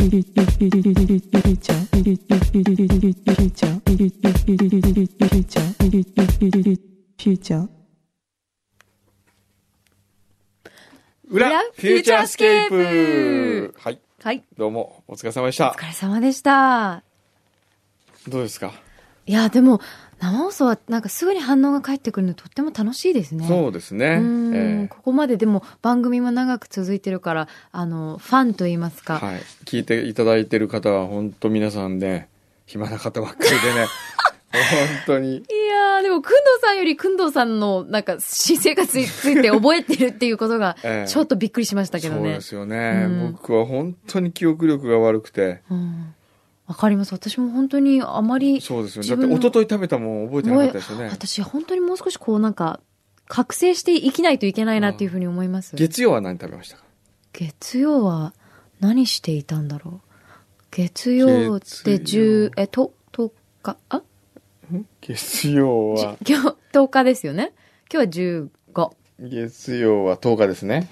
裏フューチャースケープ。はい、 はい、 どうもお疲れ様でした。 お疲れ様でした。 どうですか？ いやでも生放送はなんかすぐに反応が返ってくるのとっても楽しいですね。 そうですね。 ここまででも番組も長く続いてるからファンと言いますか、 はい、聞いていただいてる方は本当皆さんね、暇な方ばっかりでね本当に。 いやーでも工藤さんより工藤さんのなんか新生活について覚えてるっていうことがちょっとびっくりしましたけどね。 そうですよね、僕は本当に記憶力が悪くて、 わかります。私も本当にあまり。 そうですよ。だって一昨日食べたもん覚えてなかったですよね。 私本当にもう少しこうなんか覚醒して生きないといけないなっていうふうに思います。 月曜は何食べましたか？ 月曜は何していたんだろう。月曜って10日月曜は今日10日ですよね。今日は15。 月曜は10日ですね。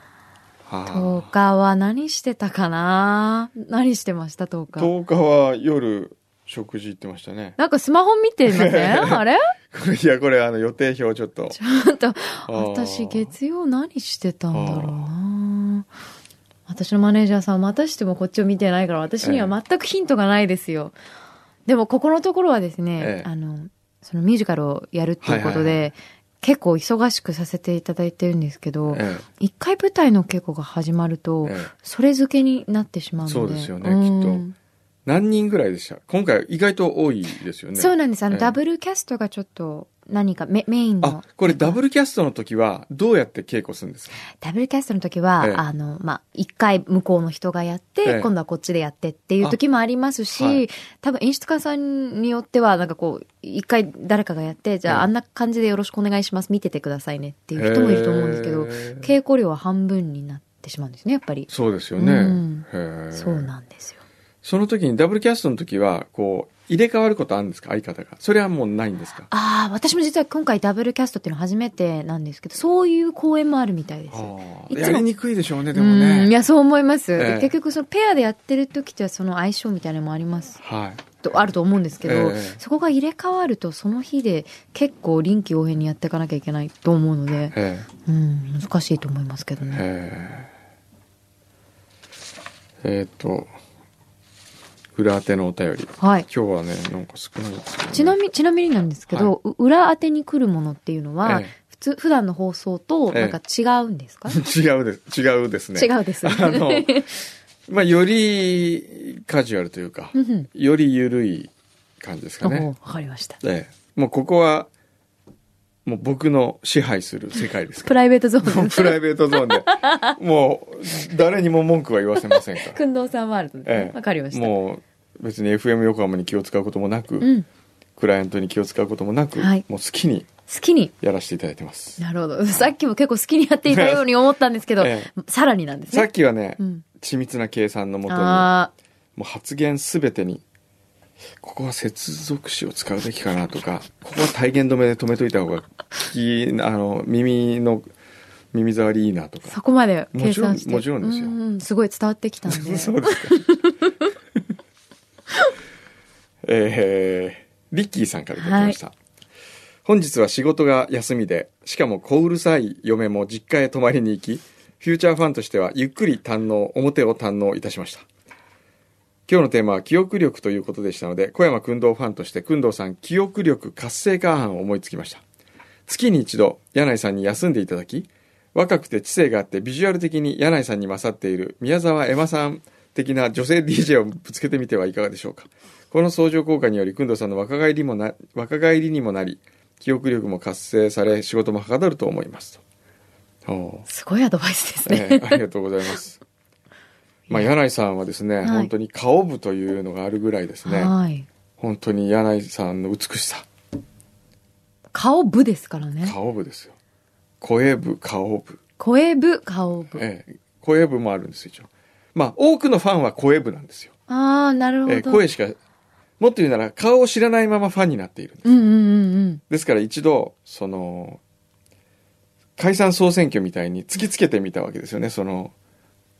10日は何してたかな。何してました？10日。 10日は夜食事行ってましたね。 なんかスマホ見てません？あれこれ予定表ちょっと私月曜何してたんだろうな。私のマネージャーさんまたしてもこっちを見てないから私には全くヒントがないですよ。でもここのところはですね、そのミュージカルをやるっていうことで、結構忙しくさせていただいてるんですけど、一回舞台の稽古が始まると、それ付けになってしまうので。 そうですよね、きっと。何人ぐらいでした？今回意外と多いですよね。 そうなんです。ダブルキャストがちょっと何かメインの。 これダブルキャストの時はどうやって稽古するんですか？ ダブルキャストの時は、一回向こうの人がやって、今度はこっちでやってっていう時もありますし、多分演出家さんによっては、なんかこう、一回誰かがやって、じゃああんな感じでよろしくお願いします、見ててくださいねっていう人もいると思うんですけど、稽古量は半分になってしまうんですね、やっぱり。 そうですよね。 そうなんですよ。 その時にダブルキャストの時はこう入れ替わることあるんですか？相方が。それはもうないんですか？ 私も実は今回ダブルキャストっていうの初めてなんですけど、そういう公演もあるみたいです。 やりにくいでしょうね、でもね。 いや、そう思います。結局そのペアでやってる時ってはその相性みたいなのもあります。あると思うんですけど、そこが入れ替わるとその日で結構臨機応変にやっていかなきゃいけないと思うので、難しいと思いますけどね。 裏当てのお便り、今日はねなんか少ないですよね。 ちなみになんですけど、裏当てに来るものっていうのは、普段の放送となんか違うんですか？ 違うですね。 違うです。 よりカジュアルというか、より緩い感じですかね。 わかりました。 もうここはもう僕の支配する世界ですから。 プライベートゾーン。 プライベートゾーンで。もう、誰にも文句は言わせませんから。 工藤さんワールドですね。わかりました。 もう、別に FM 横浜に気を使うこともなく、クライアントに気を使うこともなく、もう好きにやらせていただいてます。 なるほど。さっきも結構好きにやっていたように思ったんですけど、さらになんですね。 さっきはね、緻密な計算のもとに、もう発言すべてに、ここは接続詞を使うべきかなとか、ここは体言止めで止めといた方が耳障りいいなとか。 そこまで計算して。 もちろんですよ。 すごい伝わってきたんで。 そうですか。リッキーさんからいただきました。本日は仕事が休みで、しかも小うるさい嫁も実家へ泊まりに行き、フューチャーファンとしてはゆっくり表を堪能いたしました。今日のテーマは記憶力ということでしたので、小山薫堂ファンとして薫堂さん記憶力活性化案を思いつきました。月に一度柳井さんに休んでいただき、若くて知性があってビジュアル的に柳井さんに勝っている宮沢エマさん的な女性 DJ をぶつけてみてはいかがでしょうか。この相乗効果により薫堂さんの若返りにもなり、記憶力も活性され仕事もはかどると思いますと。 すごいアドバイスですね。 ありがとうございます。柳井さんはですね、本当に顔部というのがあるぐらいですね、本当に柳井さんの美しさ。 顔部ですからね。 顔部ですよ。声部、顔部。 声部、顔部。 声部もあるんですよ、一応。多くのファンは声部なんですよ。 なるほど。 声しか、もっと言うなら顔を知らないままファンになっているんです。ですから一度、解散総選挙みたいに突きつけてみたわけですよね、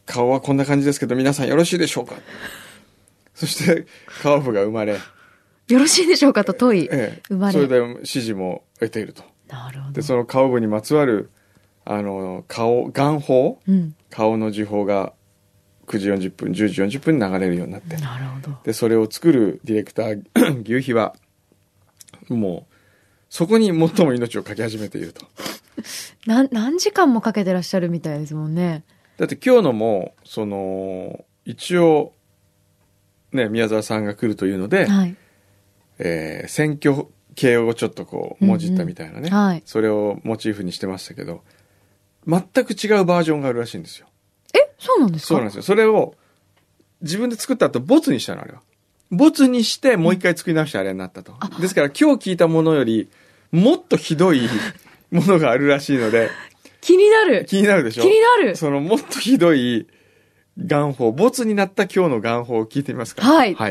顔はこんな感じですけど皆さんよろしいでしょうか。そして顔部が生まれ、 よろしいでしょうかと問い、生まれ。 それで指示も得ていると。 なるほど。 でその顔部にまつわる眼法、顔の時報が9時40分10時40分に流れるようになって、 なるほど。 でそれを作るディレクター牛皮はもうそこに最も命をかけ始めていると。 何時間もかけてらっしゃるみたいですもんね。 だって今日のも一応ね宮沢さんが来るというので、 はい、 選挙系をちょっとこうもじったみたいなね、 はい、 それをモチーフにしてましたけど、全く違うバージョンがあるらしいんですよ。 そうなんですか？ そうなんですよ。それを自分で作った後ボツにしたの、あれは。ボツにしてもう一回作り直してあれになったと。ですから今日聞いたものよりもっとひどいものがあるらしいので気になる。 気になるでしょ。 気になる。 そのもっとひどい眼法、ボツになった今日の眼法を聞いてみますか。 はい、 はい、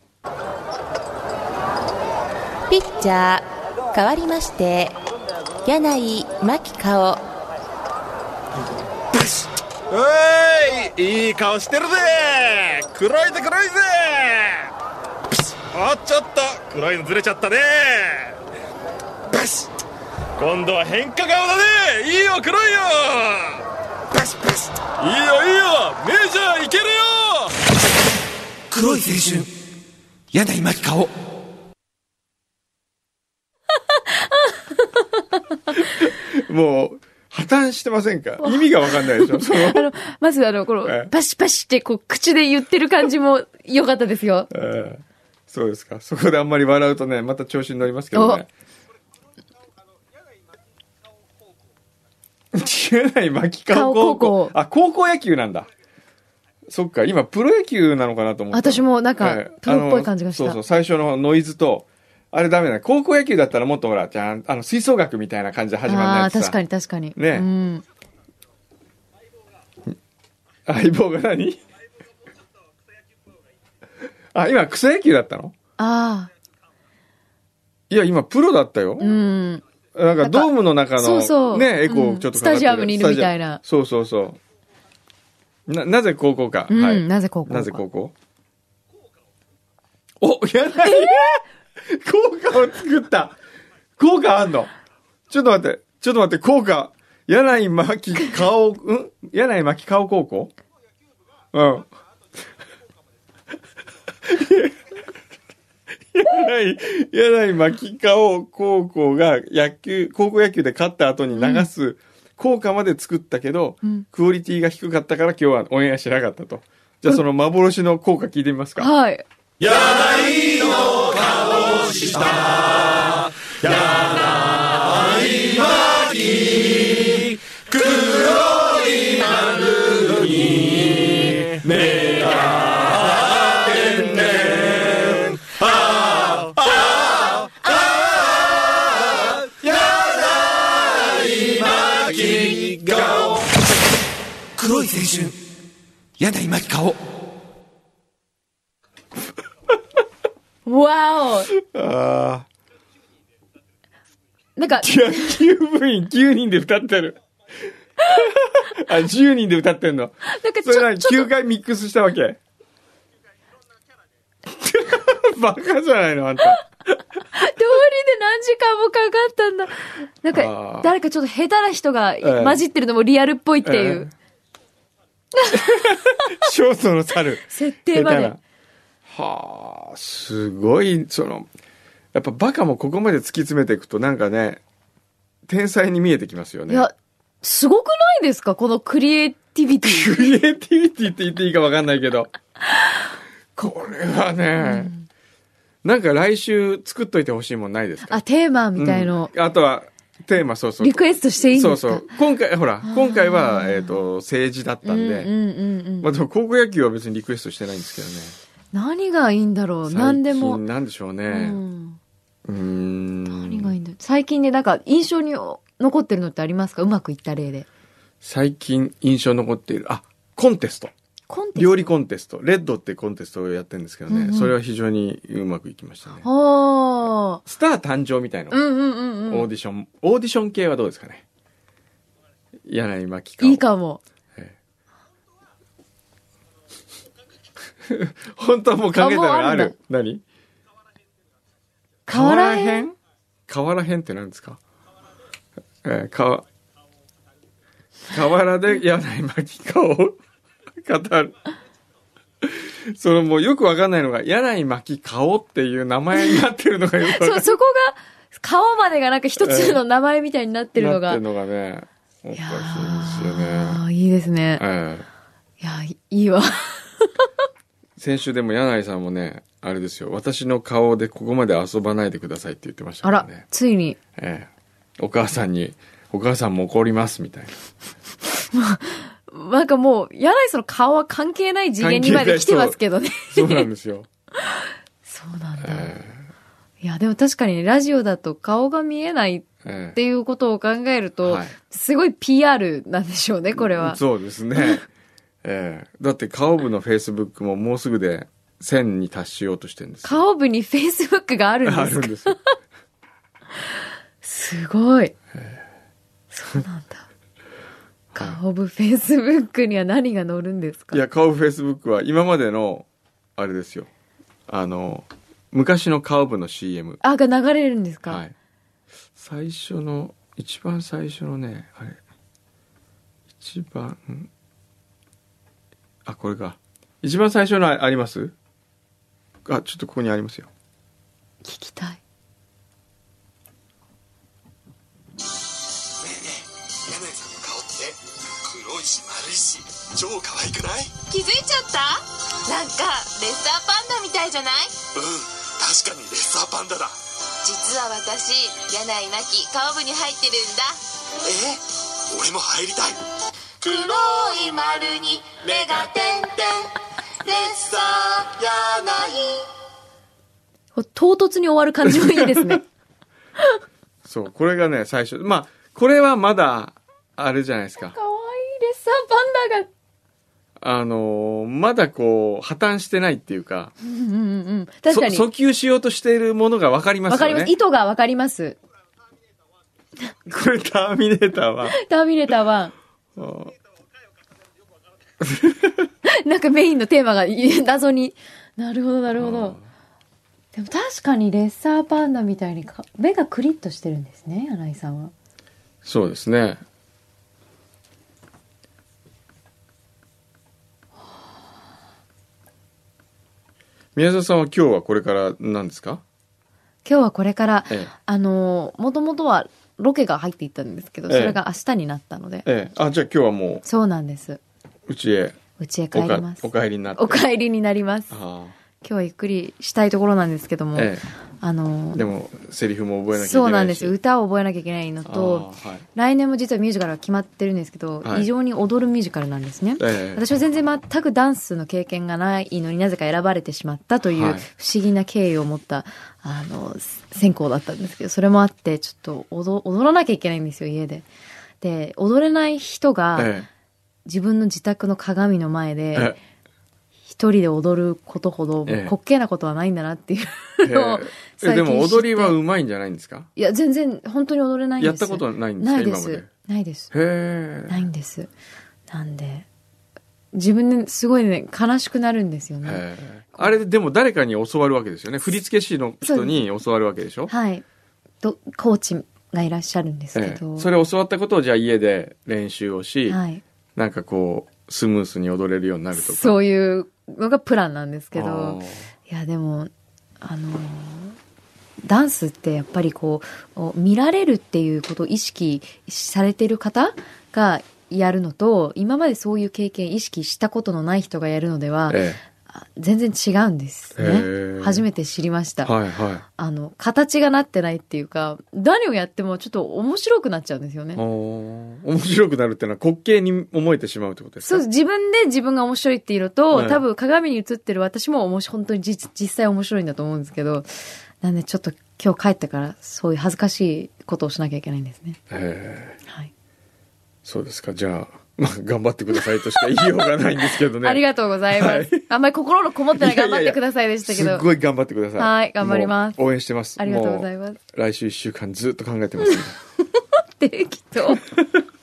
ピッチャー変わりまして柳井真紀香おい、いい顔してるぜ。黒いぜ黒いぜ。あ、ちょっと黒いのずれちゃったね。バシッ、今度は変化顔だね。いいよ黒いよ。バシバシ、いいよいいよ、メジャーいけるよ。 黒い青春柳井真紀香。 もう破綻してませんか？意味が分かんないでしょ。 まずこのパシパシってこう口で言ってる感じも良かったですよ。 そうですか。そこであんまり笑うとねまた調子に乗りますけどね。柳井真紀香高校。あ、高校野球なんだ。そっか、今プロ野球なのかなと思った。 私もなんかプロっぽい感じがした。 そうそう、最初のノイズとあれダメだね。高校野球だったらもっとほら、じゃん、吹奏楽みたいな感じで始まるやつさ。 確かに確かに。 ね。うん、相棒が何？あ、今草野球だったの？ ああ。 いや、今プロだったよ。 うん。 なんかドームの中の、 そうそうね、エコーちょっとかかってる、 スタジアムにいるみたいな。 そうそうそう。なぜ高校か。 はい。 なぜ高校お、やだい。効果を作った。効果あんの？ちょっと待って、効果。柳井真紀香、柳井真紀香高校？うん。柳井真紀香高校が高校野球で勝った後に流す効果まで作ったけど、クオリティが低かったから今日はオンエアしなかったと。じゃあその幻の効果聞いてみますか。 はい。 柳の顔した柳井真紀、黒い丸に目が点々、柳井真紀顔。 黒い青春柳井真紀香。 わお。 ああ。 なんか野球部員9人で歌ってる。あ、10人で歌ってんの。 なんかそれ何9回ミックスしたわけ？バカじゃないのあんた。 通りで何時間もかかったんだ。なんか誰かちょっと下手な人が混じってるのもリアルっぽいっていう。 ショートの猿。 設定まで。 はあ、すごい、やっぱバカもここまで突き詰めていくとなんかね、天才に見えてきますよね。 いや、すごくないですかこのクリエイティビティ。 クリエイティビティって言っていいか分かんないけど。これはね、なんか来週作っといてほしいもんないですか？ あ、テーマみたいの。 あとは、テーマ、そうそう。 リクエストしていいんですか？ そうそう。今回は、政治だったんで、まあでも高校野球は別にリクエストしてないんですけどね。 何がいいんだろう？何でも。 なんでしょうね。 何がいいんだろう？最近でなんか印象に残ってるのってありますか？うまくいった例で。 最近印象に残っている。あ、コンテスト。料理コンテスト。レッドってコンテストをやってるんですけどね。それは非常にうまくいきましたね。スター誕生みたいな。オーディション系はどうですかね？柳井真紀香。 いいかも。 本当はもう考えたのがああもうあるんる。何？ 河原編河原編って何ですか？河原で柳井真紀かを語る。そのもうよくわかんないのが、柳井真紀顔っていう名前になってるのがよくわかんない。 そこが、顔までがなんか一つの名前みたいになってるのが。 なってるのがね、おかしいんですよね。 いいですね。いや、いいわ。 先週でも柳井さんもね、あれですよ、私の顔でここまで遊ばないでくださいって言ってましたからね。 あら、ついに。 お母さんも怒りますみたいな。 なんかもう、柳井さんの顔は関係ない次元にまで来てますけどね。 そうなんですよ。 そうなんだ。いや、でも確かにね、ラジオだと顔が見えないっていうことを考えると、すごい PR なんでしょうね、これは。 そうですね。だって顔部のフェイスブックももうすぐで1000に達しようとしてるんですよ。 顔部にフェイスブックがあるんですか？ あるんですよ。 すごい。そうなんだ。顔部フェイスブックには何が載るんですか？ いや、顔部フェイスブックは今までの、あれですよ。昔の顔部の CM。 が流れるんですか？ はい。一番最初のね、あれ。これか。一番最初のあります？ちょっとここにありますよ。 聞きたい。 柳井さんの顔って黒いし丸いし超可愛くない？ 気づいちゃった？なんかレッサーパンダみたいじゃない？ 確かにレッサーパンダだ。 実は私、柳井真紀顔部に入ってるんだ。 俺も入りたい。 黒い丸に目が点々、レッサー柳井。 唐突に終わる感じもいいですね。 そう、これがね、最初。まあ、これはまだ、あれじゃないですか。 かわいいレッサーパンダが。 まだこう、破綻してないっていうか、 確かに。 訴求しようとしているものが分かりますよね。 分かります。意図が分かります。 これターミネーター1。 ターミネーター1。なんかメインのテーマが謎に。なるほど、なるほど。でも確かにレッサーパンダみたいに目がクリッとしてるんですね、柳井さんは。 そうですね。宮沢さんは今日はこれから何ですか？ 今日はこれから、もともとはロケが入っていったんですけど、それが明日になったので。 じゃあ今日はもう。 そうなんです。 うちへ帰ります。 お帰りになって。 お帰りになります。今日はゆっくりしたいところなんですけども、 でもセリフも覚えなきゃいけないし。 そうなんです。歌を覚えなきゃいけないのと、来年も実はミュージカルが決まってるんですけど、非常に踊るミュージカルなんですね。私は全然全くダンスの経験がないのになぜか選ばれてしまったという不思議な経緯を持った選考だったんですけど、それもあってちょっと踊らなきゃいけないんですよ、家で。で、踊れない人が自分の自宅の鏡の前で、一人で踊ることほど滑稽なことはないんだなっていうのを最近知って。 でも踊りはうまいんじゃないんですか？ いや、全然本当に踊れないんです。 やったことはないんですか？ ないです。 今まで。 ないです。 へー。 ないんです。なんで自分ですごいね悲しくなるんですよね。 あれでも誰かに教わるわけですよね。振付師の人に教わるわけでしょ？ はい。コーチがいらっしゃるんですけど、 それ教わったことをじゃあ家で練習をし、なんかこうスムースに踊れるようになるとか、 そういうのがプランなんですけど、いやでもダンスってやっぱりこう見られるっていうことを意識されている方がやるのと、今までそういう経験意識したことのない人がやるのでは、全然違うんですね。初めて知りました。形がなってないっていうか、何をやってもちょっと面白くなっちゃうんですよね。 面白くなるっていうのは滑稽に思えてしまうってことですか？ そう、自分で自分が面白いっていうのと、多分鏡に映ってる私も本当に実際面白いんだと思うんですけど、なんでちょっと今日帰ってからそういう恥ずかしいことをしなきゃいけないんですね。はい。 そうですか。じゃあ、頑張ってくださいとしか言いようがないんですけどね。 ありがとうございます。あんまり心のこもってない頑張ってくださいでしたけど。 すごい頑張ってください。 はい、頑張ります。 応援してます。 ありがとうございます。 来週1週間ずっと考えてます、ね。 適当。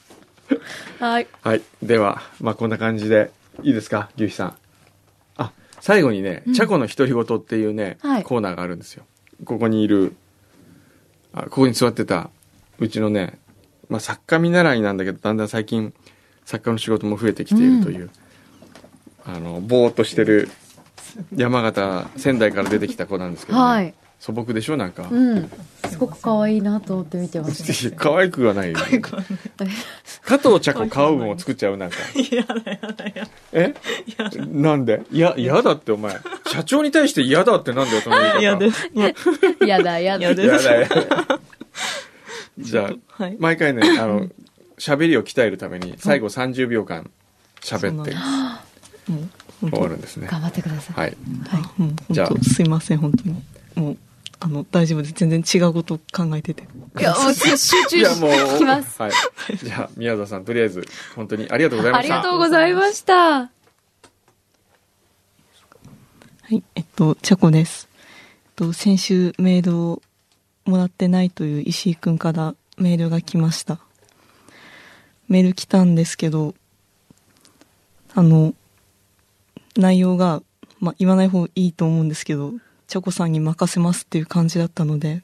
はい。 はい。では、こんな感じでいいですか、牛肥さん。 最後にね、チャコの独り言っていうね、 はいコーナーがあるんですよ。ここにいる、ここに座ってた、うちのね、まあ、作家見習いなんだけど、だんだん最近、作家の仕事も増えてきているという、ぼーっとしてる、山形、仙台から出てきた子なんですけどね。 はい。 素朴でしょなんか。 すごく可愛いなと思って見てました。 可愛くはないよ。加藤茶子買う分を作っちゃうなんか。 やだやだやだ。 えなんで嫌だってお前。社長に対して嫌だってなんだよ、その言い方。 嫌です。 やだやだ。 嫌です。 やだ。じゃあ、 はい毎回ね、喋りを鍛えるために、最後30秒間喋ってもう終わるんですね。 頑張ってください。 はい。 もうじゃあ本当すいません本当にもう大丈夫です。全然違うこと考えてて。 いや、もう集中して聞きます。 はい。じゃあ、宮沢さん、とりあえず、本当にありがとうございました。 ありがとうございました。 はい、チャコです。先週メールをもらってないという石井くんからメールが来ました。メール来たんですけど、内容が、言わない方がいいと思うんですけど、チャコさんに任せますっていう感じだったので、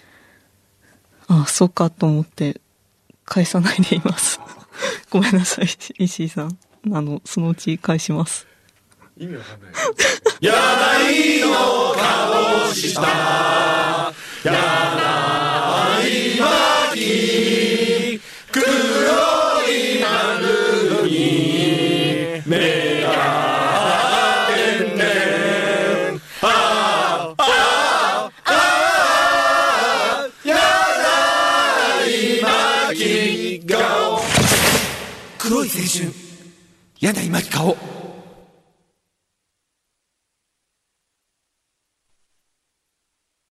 そうかと思って返さないでいます。ごめんなさい、石井さん。そのうち返します。 意味わかんない。 柳の顔した柳巻き黒い丸に目が点々柳巻き顔黒い青春柳巻顔。